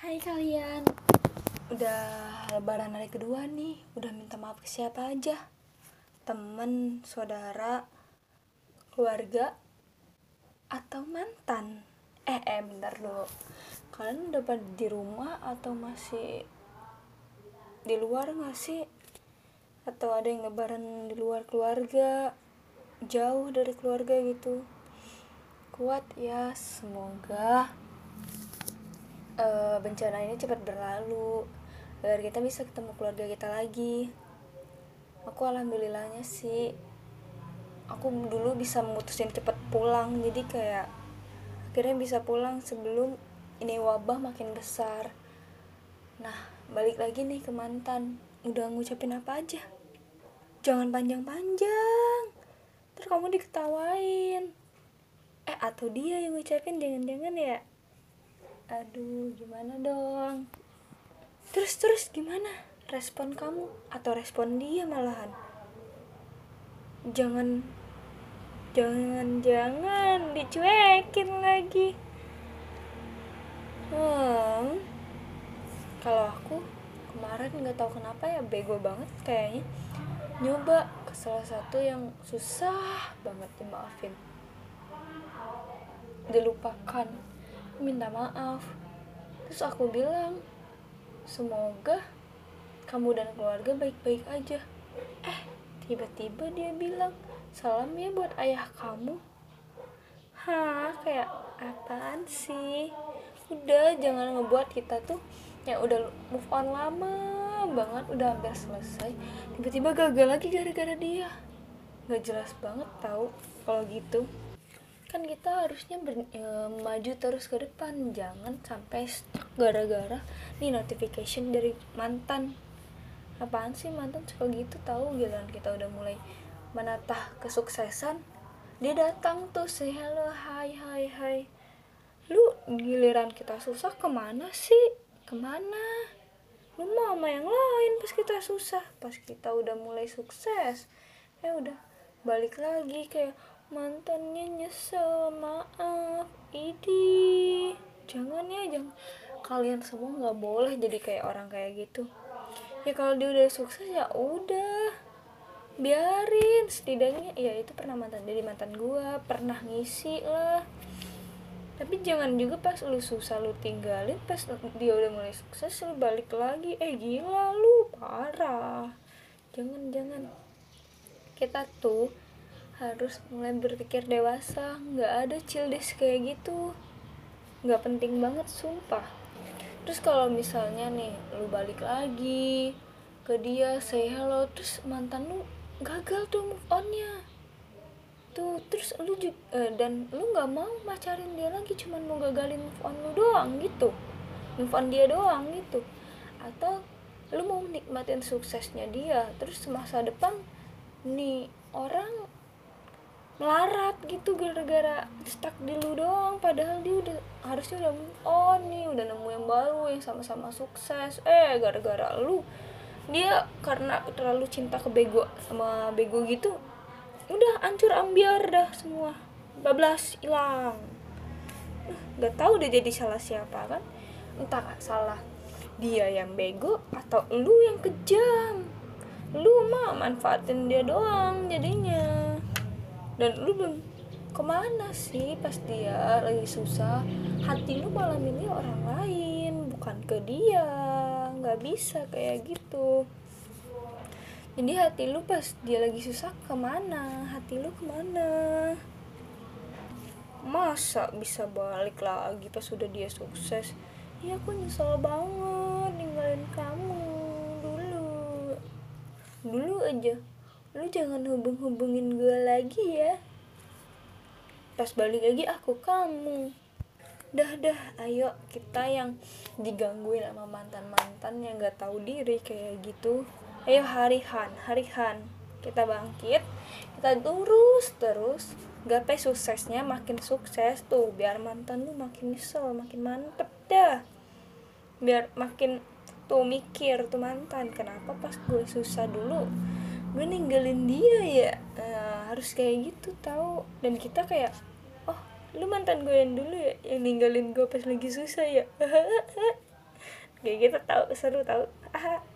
Hai kalian, udah lebaran hari kedua nih, udah minta maaf ke siapa aja? Temen, saudara, keluarga, atau mantan? Bentar dulu. Kalian udah pada di rumah atau masih di luar gak sih? Atau ada yang lebaran di luar keluarga, jauh dari keluarga gitu? Kuat ya, semoga bencana ini cepat berlalu agar kita bisa ketemu keluarga kita lagi. Aku alhamdulillahnya sih, aku dulu bisa memutusin cepet pulang, jadi kayak akhirnya bisa pulang sebelum ini wabah makin besar. Nah, balik lagi nih ke mantan. Udah ngucapin apa aja? Jangan panjang-panjang, terus kamu diketawain. Atau dia yang ngucapin, jangan-jangan ya. Aduh, gimana dong? Terus gimana respon kamu atau respon dia malahan? Jangan dicuekin lagi. Kalau aku kemarin nggak tahu kenapa ya, bego banget kayaknya, nyoba ke salah satu yang susah banget dimaafin, dilupakan, minta maaf. Terus aku bilang, semoga kamu dan keluarga baik-baik aja. Tiba-tiba dia bilang, salam ya buat ayah kamu. Kayak apaan sih? Udah, jangan ngebuat kita tuh yang udah move on lama banget, udah hampir selesai, tiba-tiba gagal lagi gara-gara dia. Gak jelas banget tahu kalau gitu. Kan kita harusnya maju terus ke depan, jangan sampai stuck gara-gara nih notification dari mantan. Apaan sih mantan suka gitu tahu, giliran kita udah mulai menatah kesuksesan, dia datang tuh say hello, hai. Lu giliran kita susah kemana sih? Kemana? Lu mau sama yang lain pas kita susah, pas kita udah mulai sukses udah balik lagi kayak mantannya nyesel, maaf, jangan ya, jangan. Kalian semua nggak boleh jadi kayak orang kayak gitu ya. Kalau dia udah sukses ya udah, biarin. Setidaknya ya itu pernah mantan, jadi mantan gua pernah ngisi lah. Tapi jangan juga pas lu susah lu tinggalin, pas dia udah mulai sukses lu balik lagi. Gila lu, parah. Jangan. Kita tuh harus mulai berpikir dewasa, nggak ada childish kayak gitu, nggak penting banget sumpah. Terus kalau misalnya nih lu balik lagi ke dia, say hello, terus mantan lu gagal tuh move onnya tuh, terus lu dan lu nggak mau pacarin dia lagi, cuman mau gagalin move on lu doang gitu, move on dia doang gitu. Atau lu mau nikmatin suksesnya dia, terus masa depan nih orang melarat gitu gara-gara stuck di lu doang, padahal dia udah harusnya udah move on nih, udah nemu yang baru yang sama-sama sukses. Gara-gara lu, dia karena terlalu cinta ke bego sama bego gitu, udah hancur ambiar dah semua, bablas, hilang. Gak tahu udah jadi salah siapa kan, entah salah dia yang bego atau lu yang kejam. Lu mah manfaatin dia doang jadinya, dan lu belum kemana sih pas dia lagi susah. Hati lu malah milih orang lain, bukan ke dia. Nggak bisa kayak gitu. Jadi hati lu pas dia lagi susah kemana, hati lu kemana? Masa bisa balik lagi pas sudah dia sukses? Ya aku nyesel banget ninggalin kamu dulu aja. Lu jangan hubungin gue lagi ya. Pas balik lagi aku kamu. Dah, ayo kita yang digangguin sama mantan yang gak tahu diri kayak gitu, ayo harihan kita bangkit, kita terus gapai suksesnya, makin sukses tuh, biar mantan lu makin nyesel, makin mantep dah, biar makin tuh mikir tuh mantan, kenapa pas gue susah dulu gue ninggalin dia ya. Harus kayak gitu tahu. Dan kita kayak, oh lu mantan gue yang dulu ya yang ninggalin gue pas lagi susah ya. kayak gitu, tahu seru tahu.